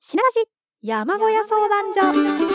しならじ山小屋相談所。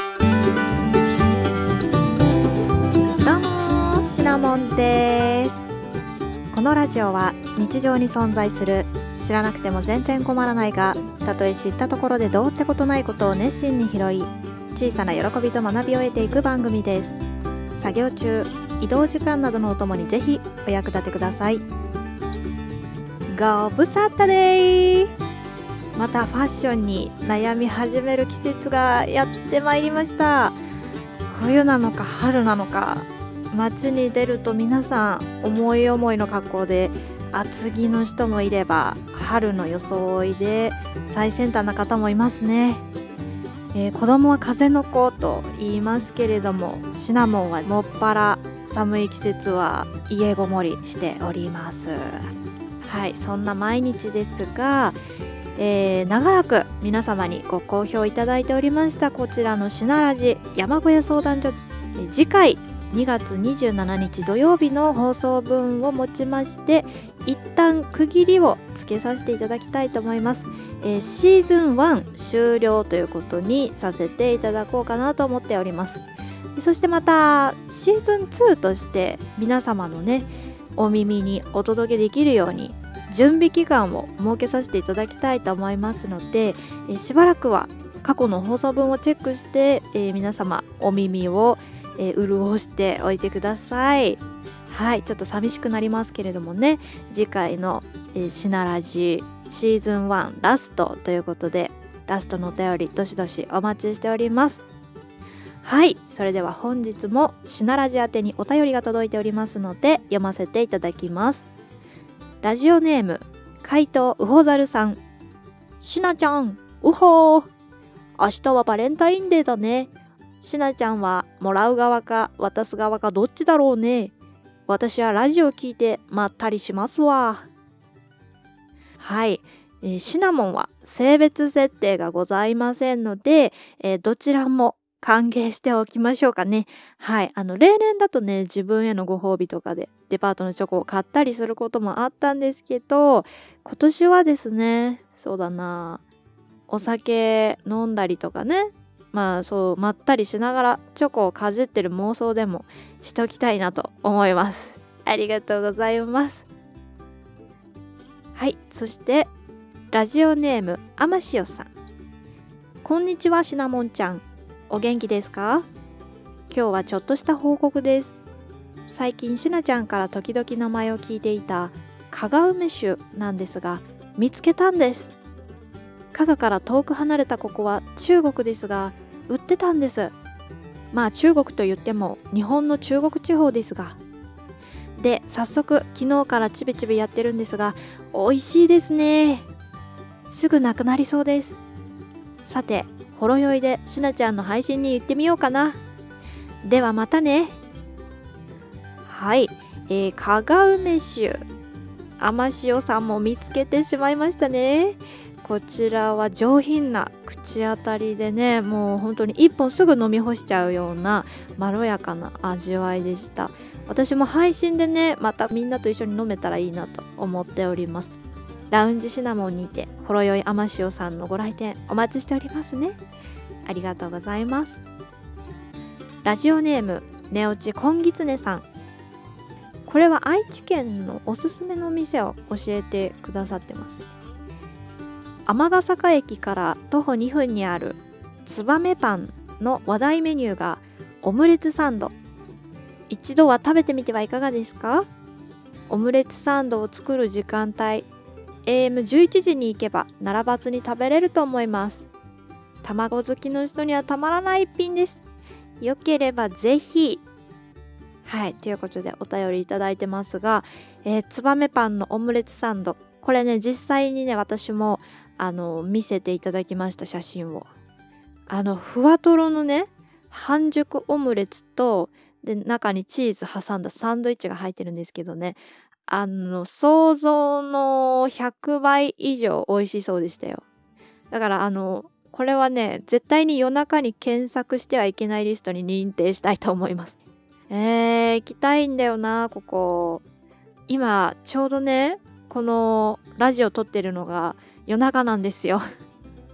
どうもシナモンです。このラジオは日常に存在する知らなくても全然困らないが、たとえ知ったところでどうってことないことを熱心に拾い、小さな喜びと学びを得ていく番組です。作業中、移動時間などのお供にぜひお役立てください。ご無沙汰でー。またファッションに悩み始める季節がやってまいりました。冬なのか春なのか、街に出ると皆さん思い思いの格好で、厚着の人もいれば春の装いで最先端な方もいますね。子供は風の子と言いますけれども、シナモンはもっぱら寒い季節は家ごもりしております。はい、そんな毎日ですが、長らく皆様にご好評いただいておりましたこちらのしならじ山小屋相談所、次回2月27日土曜日の放送分をもちまして一旦区切りをつけさせていただきたいと思います。シーズン1終了ということにさせていただこうかなと思っております。そしてまたシーズン2として皆様のねお耳にお届けできるように準備期間を設けさせていただきたいと思いますので、しばらくは過去の放送分をチェックして、皆様お耳を、潤しておいてください。はい、ちょっと寂しくなりますけれどもね、次回の、しならじシーズン1ラストということで、ラストのお便りどしどしお待ちしております。はい、それでは本日もしならじ宛てにお便りが届いておりますので読ませていただきます。ラジオネーム怪盗うほざるさん。しなちゃん、うほー。明日はバレンタインデーだね。しなちゃんはもらう側か渡す側かどっちだろうね。私はラジオ聞いてまったりしますわ。はい、シナモンは性別設定がございませんので、どちらも歓迎しておきましょうかね。はい、例年だとね自分へのご褒美とかでデパートのチョコを買ったりすることもあったんですけど、今年はですね、そうだな、お酒飲んだりとかね、そうまったりしながらチョコをかじってる妄想でもしときたいなと思います。ありがとうございます。はい、そしてラジオネームあましおさん。こんにちはシナモンちゃん、お元気ですか？今日はちょっとした報告です。最近しなちゃんから時々名前を聞いていた加賀梅酒なんですが、見つけたんです。加賀から遠く離れたここは中国ですが、売ってたんです。中国と言っても日本の中国地方ですが。で、早速昨日からちびちびやってるんですが、美味しいですね。すぐなくなりそうです。さて、ほろ酔いでしなちゃんの配信に行ってみようかな。ではまたね。はい、加賀梅酒、甘塩さんも見つけてしまいましたね。こちらは上品な口当たりでね、もう本当に一本すぐ飲み干しちゃうようなまろやかな味わいでした。私も配信でねまたみんなと一緒に飲めたらいいなと思っております。ラウンジシナモンにてほろ酔い甘塩さんのご来店お待ちしておりますね。ありがとうございます。ラジオネーム寝落ちこんぎつねさん。これは愛知県のおすすめの店を教えてくださってます。天ヶ坂駅から徒歩2分にあるつばめパンの話題メニューがオムレツサンド。一度は食べてみてはいかがですか？オムレツサンドを作る時間帯、AM11 時に行けば並ばずに食べれると思います。卵好きの人にはたまらない一品です。よければぜひ。はい、ということでお便りいただいてますが、つばめパンのオムレツサンド、これね実際にね私も見せていただきました。写真をふわとろのね半熟オムレツとで中にチーズ挟んだサンドイッチが入ってるんですけどね、想像の100倍以上美味しそうでしたよ。だからこれはね絶対に夜中に検索してはいけないリストに認定したいと思います。行きたいんだよなここ。今ちょうどねこのラジオ撮ってるのが夜中なんですよ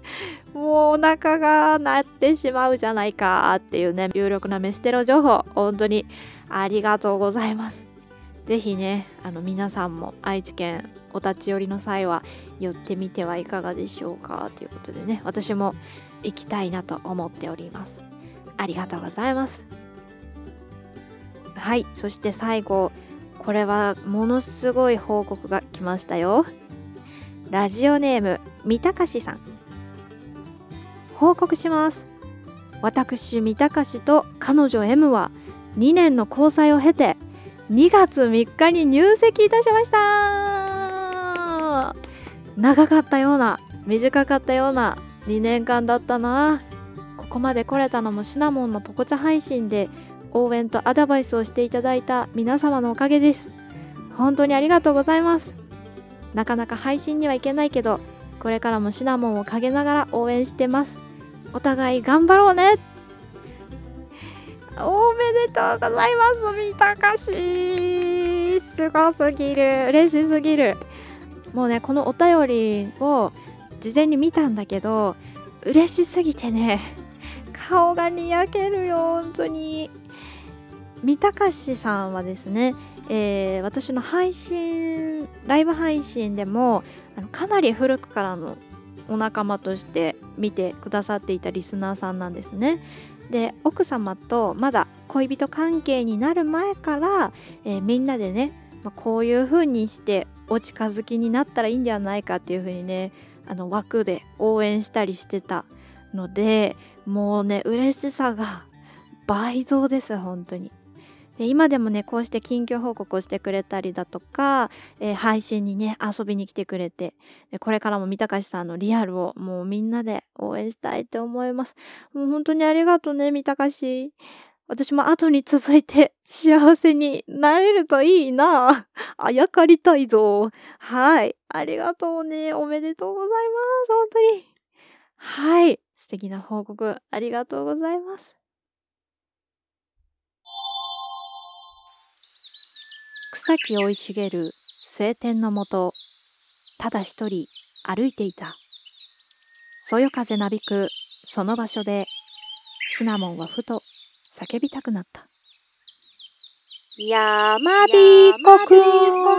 もうお腹が鳴ってしまうじゃないかっていうね、有力な飯テロ情報、本当にありがとうございます。ぜひね、皆さんも愛知県お立ち寄りの際は寄ってみてはいかがでしょうかということでね、私も行きたいなと思っております。ありがとうございます。はい、そして最後、これはものすごい報告が来ましたよ。ラジオネーム三鷹さん、報告します。私三鷹と彼女 M は2年の交際を経て2月3日に入籍いたしました。長かったような短かったような2年間だったな。ここまで来れたのもシナモンのポコチャ配信で応援とアドバイスをしていただいた皆様のおかげです。本当にありがとうございます。なかなか配信には行けないけど、これからもシナモンを陰ながら応援してます。お互い頑張ろうね。おめでとうございます。三鷹氏、すごすぎる、嬉しすぎる。もうね、このお便りを事前に見たんだけど、嬉しすぎてね、顔がにやけるよ、本当に。三鷹氏さんはですね、私のライブ配信でもかなり古くからのお仲間として見てくださっていたリスナーさんなんですね。で、奥様とまだ恋人関係になる前から、みんなでね、こういう風にしてお近づきになったらいいんじゃないかっていう風にね、枠で応援したりしてたので、もうね、嬉しさが倍増です、本当に。で、今でもね、こうして近況報告をしてくれたりだとか、配信にね遊びに来てくれて、でこれからも三鷹さんのリアルをもうみんなで応援したいと思います。もう本当にありがとうね、三鷹氏。私も後に続いて幸せになれるといいな。あやかりたいぞ。はい、ありがとうね、おめでとうございます、本当に。はい、素敵な報告ありがとうございます。草木生い茂る晴天の下、ただ一人歩いていた。そよ風なびくその場所で、シナモンはふと叫びたくなった。やまびこくん。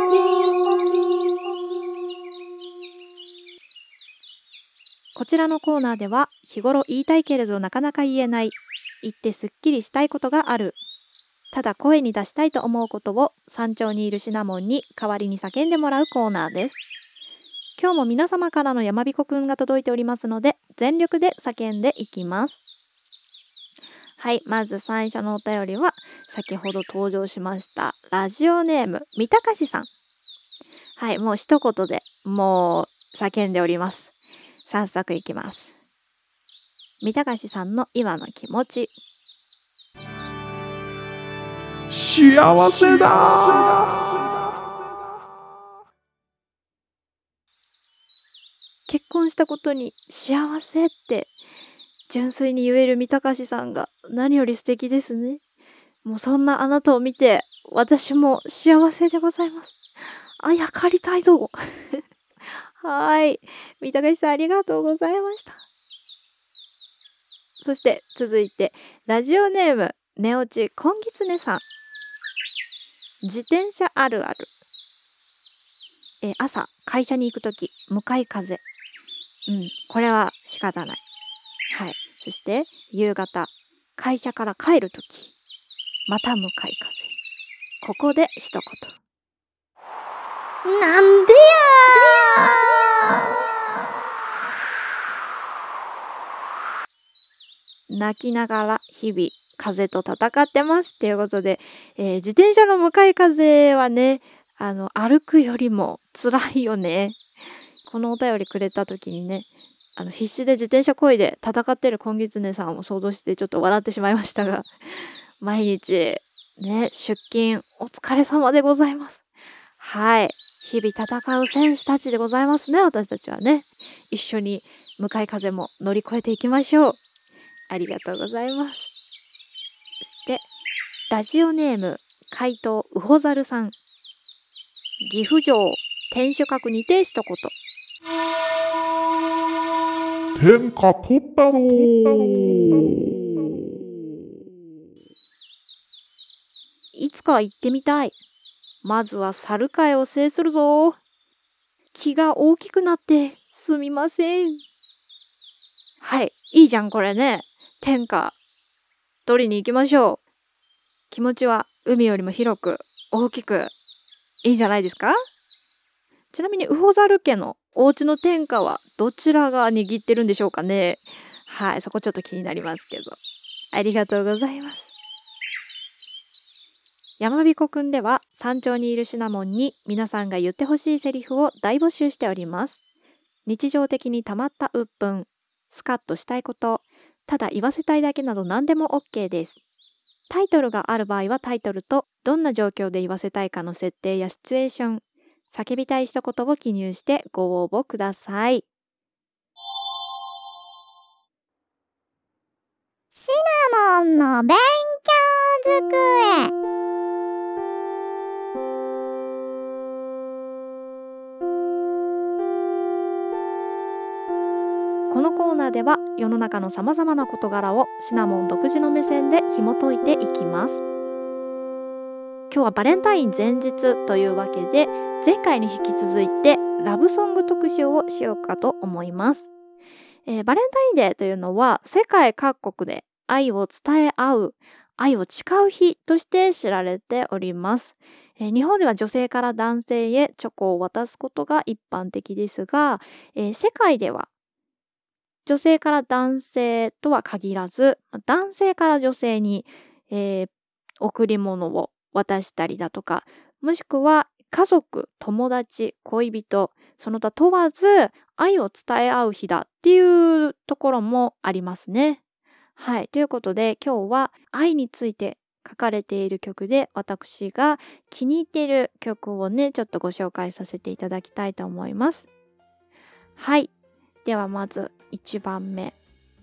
こちらのコーナーでは、日頃言いたいけれどなかなか言えない、言ってすっきりしたいことがある、ただ声に出したいと思うことを山頂にいるシナモンに代わりに叫んでもらうコーナーです。今日も皆様からのやまびこくんが届いておりますので、全力で叫んでいきます。はい、まず最初のお便りは先ほど登場しましたラジオネーム三鷹さん。はい、もう一言でもう叫んでおります。早速いきます。三鷹さんの今の気持ち。 幸せだ。 結婚したことに幸せって純粋に言える三鷹さんが何より素敵ですね。もうそんなあなたを見て私も幸せでございます。あやかりたいぞ。はい、三鷹さんありがとうございました。そして続いてラジオネーム寝落ちこんぎつねさん。自転車あるある。朝会社に行くとき向かい風。これは仕方ない。はい。そして夕方会社から帰るときまた向かい風。ここで一言。なんでやー。泣きながら日々風と戦ってますということで、自転車の向かい風はね、歩くよりも辛いよね。このお便りくれた時にね、必死で自転車漕いで戦ってる今月ねさんを想像してちょっと笑ってしまいましたが、毎日ね、出勤お疲れ様でございます。はい、日々戦う選手たちでございますね。私たちはね、一緒に向かい風も乗り越えていきましょう。ありがとうございます。そしてラジオネーム怪盗うほざるさん。岐阜城天守閣にて一言。 天下取ったろいつか行ってみたい。まずは猿界を制するぞ。気が大きくなってすみません。はい、いいじゃんこれね。天下取りに行きましょう。気持ちは海よりも広く大きくいいじゃないですか。ちなみにウホザル家のお家の天下はどちらが握ってるんでしょうかね。はい、そこちょっと気になりますけど。ありがとうございます。山彦くんでは山頂にいるシナモンに皆さんが言ってほしいセリフを大募集しております。日常的にたまった鬱憤、スカッとしたいこと、ただ言わせたいだけなど何でも OK です。タイトルがある場合はタイトルとどんな状況で言わせたいかの設定やシチュエーション、叫びたい一言を記入してご応募ください。 シナモンの勉強机。 このコーナーでは世の中のさまざまな事柄をシナモン独自の目線で紐解いていきます。今日はバレンタイン前日というわけで、前回に引き続いてラブソング特集をしようかと思います。バレンタインデーというのは世界各国で愛を伝え合う、愛を誓う日として知られております。日本では女性から男性へチョコを渡すことが一般的ですが、世界では女性から男性とは限らず、男性から女性に、贈り物を渡したりだとか、もしくは家族、友達、恋人、その他問わず愛を伝え合う日だっていうところもありますね。はい、ということで今日は愛について書かれている曲で、私が気に入っている曲をね、ちょっとご紹介させていただきたいと思います。はい、ではまず1番目、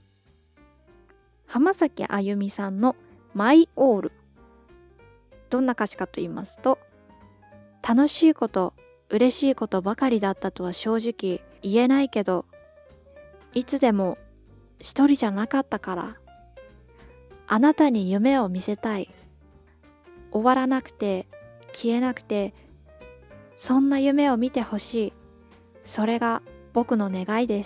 浜崎あゆみさんのマイオール。どんな歌詞かと言いますと、楽しいこと、嬉しいことばかりだったとは正直言えないけど、いつでも一人じゃなかったから、あなたに夢を見せたい。終わらなくて消えなくて、そんな夢を見てほしい。それが僕の願いです。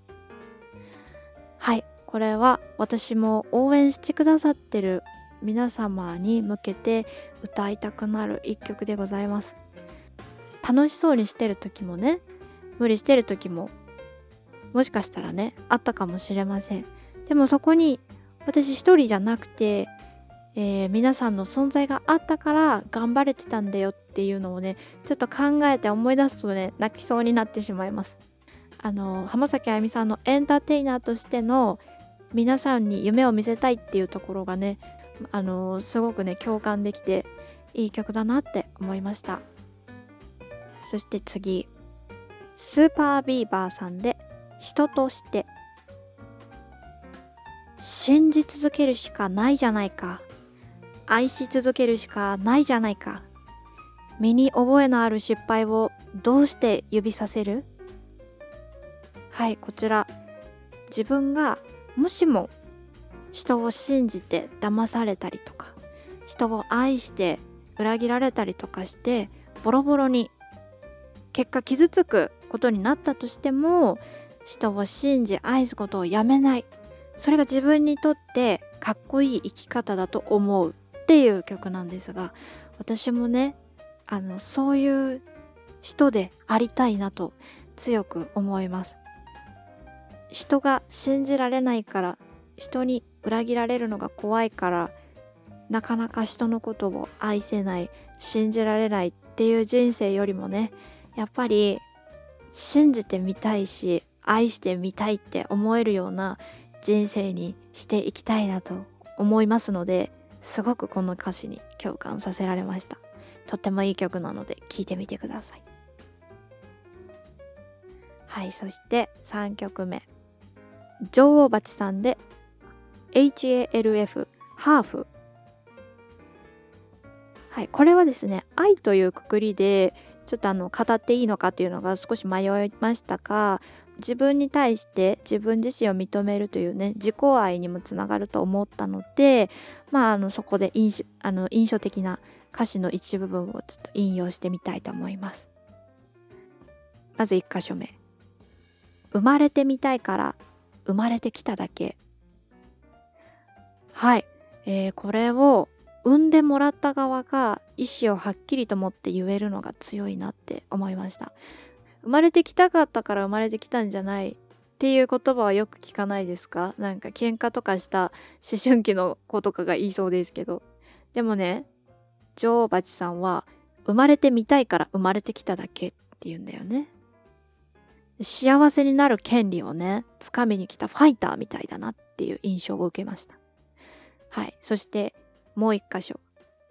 はい、これは私も応援してくださってる皆様に向けて歌いたくなる一曲でございます。楽しそうにしてる時もね、無理してる時ももしかしたらね、あったかもしれません。でもそこに私一人じゃなくて、皆さんの存在があったから頑張れてたんだよっていうのをね、ちょっと考えて思い出すとね、泣きそうになってしまいます。浜崎あゆみさんのエンターテイナーとしての皆さんに夢を見せたいっていうところがね、すごくね、共感できていい曲だなって思いました。そして次、スーパービーバーさんで人として。信じ続けるしかないじゃないか。愛し続けるしかないじゃないか。身に覚えのある失敗をどうして指させる？はい、こちら、自分がもしも人を信じて騙されたりとか、人を愛して裏切られたりとかしてボロボロに結果傷つくことになったとしても、人を信じ愛すことをやめない。それが自分にとってかっこいい生き方だと思うっていう曲なんですが、私もね、そういう人でありたいなと強く思います。人が信じられないから、人に裏切られるのが怖いから、なかなか人のことを愛せない、信じられないっていう人生よりもね、やっぱり信じてみたいし、愛してみたいって思えるような人生にしていきたいなと思いますので、すごくこの歌詞に共感させられました。とってもいい曲なので聴いてみてください。はい、そして3曲目、女王蜂さんで HALF ハーフ。はい、これはですね、愛というくくりでちょっと語っていいのかっていうのが少し迷いましたが、 自分に対して自分自身を認めるというね、自己愛にもつながると思ったので、そこで印象的な歌詞の一部分をちょっと引用してみたいと思います。まず1箇所目。生まれてみたいから生まれてきただけ。はい、これを産んでもらった側が意思をはっきりと持って言えるのが強いなって思いました。生まれてきたかったから生まれてきたんじゃないっていう言葉はよく聞かないですか？なんか喧嘩とかした思春期の子とかが言いそうですけど、でもね、女王蜂さんは生まれてみたいから生まれてきただけって言うんだよね。幸せになる権利をね、掴みに来たファイターみたいだなっていう印象を受けました。はい。そしてもう一箇所。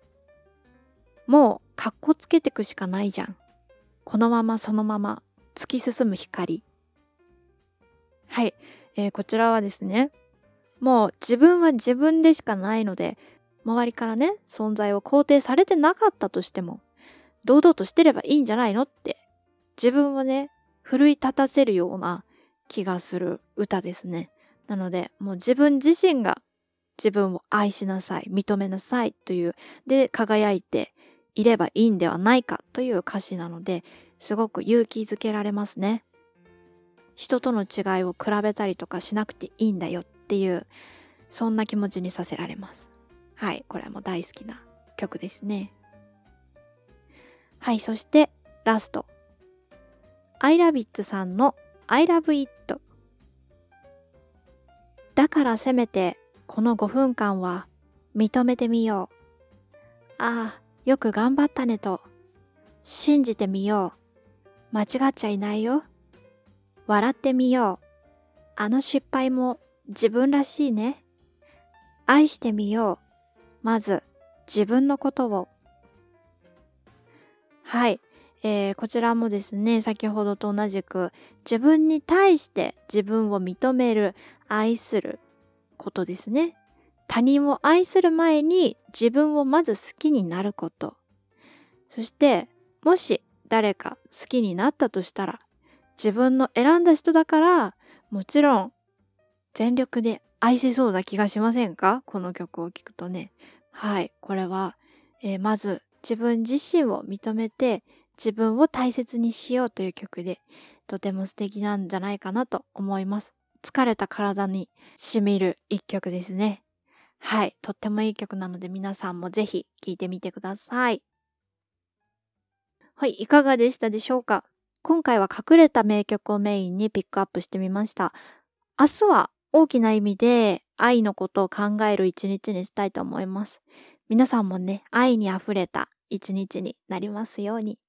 もうかっこつけてくしかないじゃん。このままそのまま突き進む光。はい。こちらはですね、もう自分は自分でしかないので、周りからね、存在を肯定されてなかったとしても、堂々としてればいいんじゃないのって、自分をね、奮い立たせるような気がする歌ですね。なので、もう自分自身が自分を愛しなさい、認めなさいという、で、輝いていればいいんではないかという歌詞なので、すごく勇気づけられますね。人との違いを比べたりとかしなくていいんだよっていう、そんな気持ちにさせられます。はい、これも大好きな曲ですね。はい、そしてラスト。I love it さんの I love it。だからせめてこの5分間は認めてみよう。ああ、よく頑張ったねと信じてみよう。間違っちゃいないよ。笑ってみよう。あの失敗も自分らしいね。愛してみよう。まず自分のことを。はい、こちらもですね、先ほどと同じく自分に対して自分を認める、愛することですね。他人を愛する前に自分をまず好きになること。そしてもし誰か好きになったとしたら、自分の選んだ人だからもちろん全力で愛せそうな気がしませんか？この曲を聴くとね。はい、これは、まず自分自身を認めて自分を大切にしようという曲で、とても素敵なんじゃないかなと思います。疲れた体に染みる一曲ですね。はい、とってもいい曲なので皆さんもぜひ聴いてみてください。はい、いかがでしたでしょうか？今回は隠れた名曲をメインにピックアップしてみました。明日は大きな意味で愛のことを考える一日にしたいと思います。皆さんもね、愛にあふれた一日になりますように。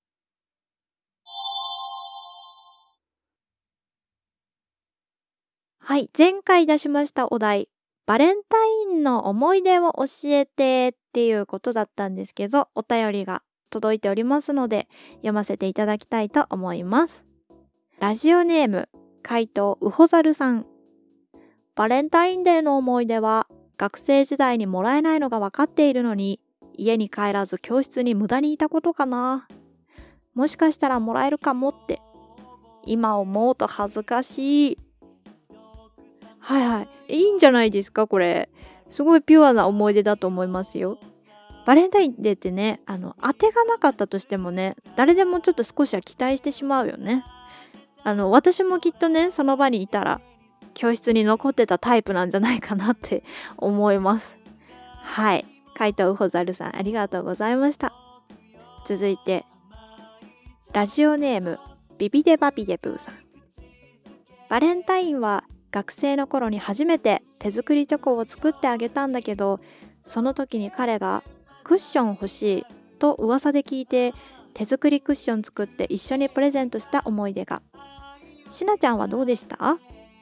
はい、前回出しましたお題、バレンタインの思い出を教えてっていうことだったんですけど、お便りが届いておりますので読ませていただきたいと思います。ラジオネーム怪盗ウホザルさん。バレンタインデーの思い出は学生時代にもらえないのが分かっているのに家に帰らず教室に無駄にいたことかな。もしかしたらもらえるかもって今思うと恥ずかしい。はいはい、いいんじゃないですか。これすごいピュアな思い出だと思いますよ。バレンタインデーってね、当てがなかったとしてもね、誰でもちょっと少しは期待してしまうよね。私もきっとね、その場にいたら教室に残ってたタイプなんじゃないかなって思います。はい、怪盗ウホザルさんありがとうございました。続いてラジオネームビビデバビデブーさん。バレンタインは学生の頃に初めて手作りチョコを作ってあげたんだけど、その時に彼がクッション欲しいと噂で聞いて手作りクッション作って一緒にプレゼントした思い出が。しなちゃんはどうでした？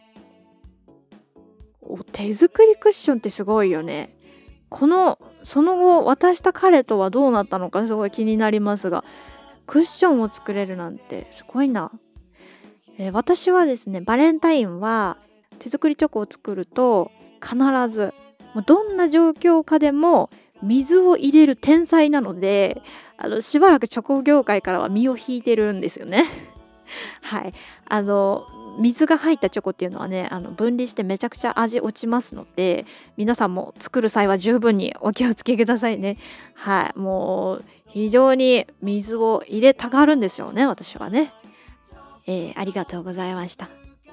手作りクッションってすごいよね。その後渡した彼とはどうなったのかすごい気になりますが、クッションを作れるなんてすごいな。私はですね、バレンタインは手作りチョコを作ると必ずどんな状況下でも水を入れる天才なので、しばらくチョコ業界からは身を引いてるんですよねはい、 水が入ったチョコっていうのはね分離してめちゃくちゃ味落ちますので、皆さんも作る際は十分にお気をつけくださいね。はい、もう非常に水を入れたがるんですよね、私はね。ありがとうございました。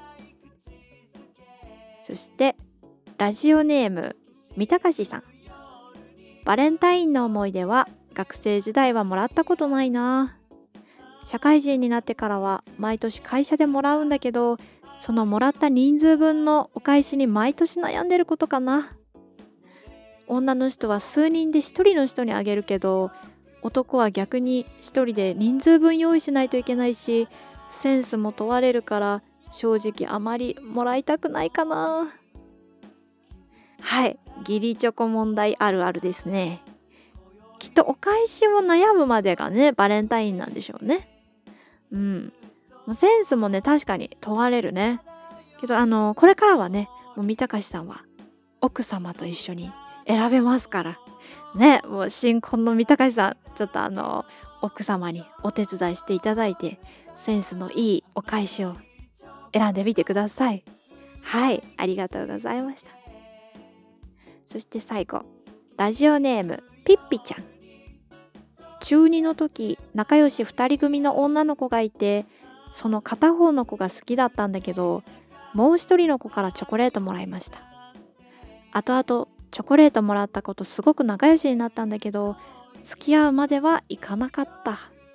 そしてラジオネーム三鷹さん。バレンタインの思い出は学生時代はもらったことないな。社会人になってからは毎年会社でもらうんだけど、そのもらった人数分のお返しに毎年悩んでることかな。女の人は数人で一人の人にあげるけど、男は逆に一人で人数分用意しないといけないし、センスも問われるから正直あまりもらいたくないかな。はい、義理チョコ問題あるあるですね。きっとお返しを悩むまでがねバレンタインなんでしょうね。センスもね確かに問われるね。けどこれからはねもう三鷹さんは奥様と一緒に選べますからね。もう新婚の三鷹さん、ちょっと奥様にお手伝いしていただいてセンスのいいお返しを選んでみてください。はい、ありがとうございました。そして最後、ラジオネームピッピちゃん。中2の時、仲良し2人組の女の子がいて、その片方の子が好きだったんだけど、もう一人の子からチョコレートもらいました。後々チョコレートもらった子とすごく仲良しになったんだけど、付き合うまではいかなかった。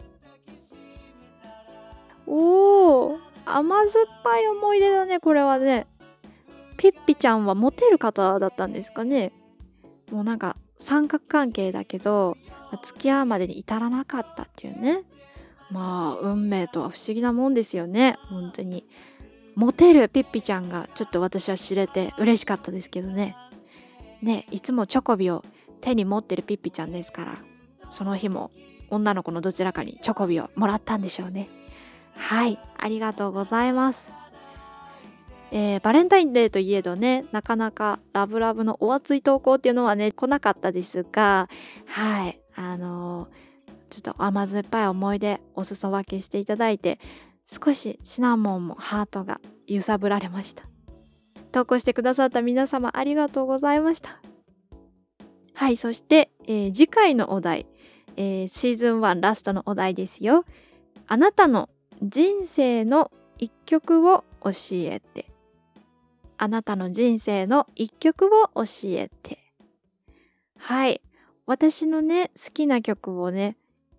おー、甘酸っぱい思い出だね、これはね。ピッピちゃんはモテる方だったんですかね。もうなんか三角関係だけど付き合うまでに至らなかったっていうね。まあ運命とは不思議なもんですよね。本当にモテるピッピちゃんがちょっと私は知れて嬉しかったですけどね。いつもチョコビを手に持ってるピッピちゃんですから、その日も女の子のどちらかにチョコビをもらったんでしょうね。はい、ありがとうございます。バレンタインデーといえどね、なかなかラブラブのお熱い投稿っていうのはね来なかったですが、はい、ちょっと甘酸っぱい思い出お裾分けしていただいて、少しシナモンもハートが揺さぶられました。投稿してくださった皆様ありがとうございました。はい、そして、次回のお題、シーズン1ラストのお題ですよ。あなたの人生の一曲を教えて。あなたの人生の一曲を教えて。はい、私のね好きな曲をね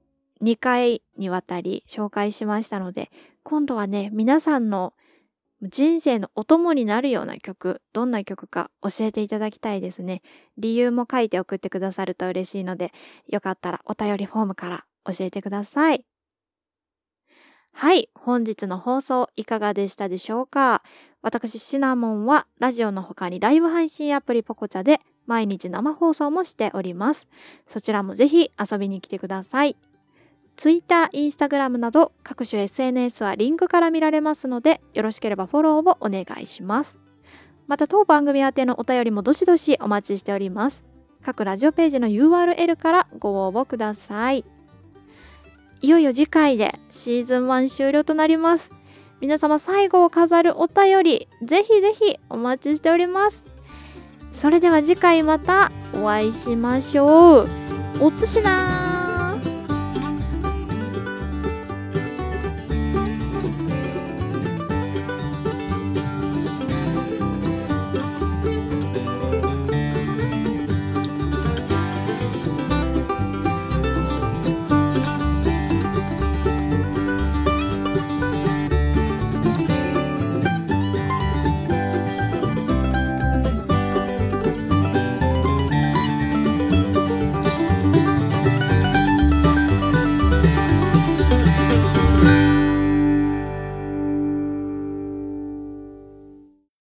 2回にわたり紹介しましたので、今度はね皆さんの人生のお供になるような曲、どんな曲か教えていただきたいですね。理由も書いて送ってくださると嬉しいので、よかったらお便りフォームから教えてください。はい、本日の放送いかがでしたでしょうか。私シナモンはラジオの他にライブ配信アプリポコチャで毎日生放送もしております。そちらもぜひ遊びに来てください。Twitter、Instagram など各種 SNS はリンクから見られますので、よろしければフォローをお願いします。また当番組宛てのお便りもどしどしお待ちしております。各ラジオページの URL からご応募ください。いよいよ次回でシーズン1終了となります。皆様最後を飾るお便り、ぜひぜひお待ちしております。それでは次回またお会いしましょう。おつしなー。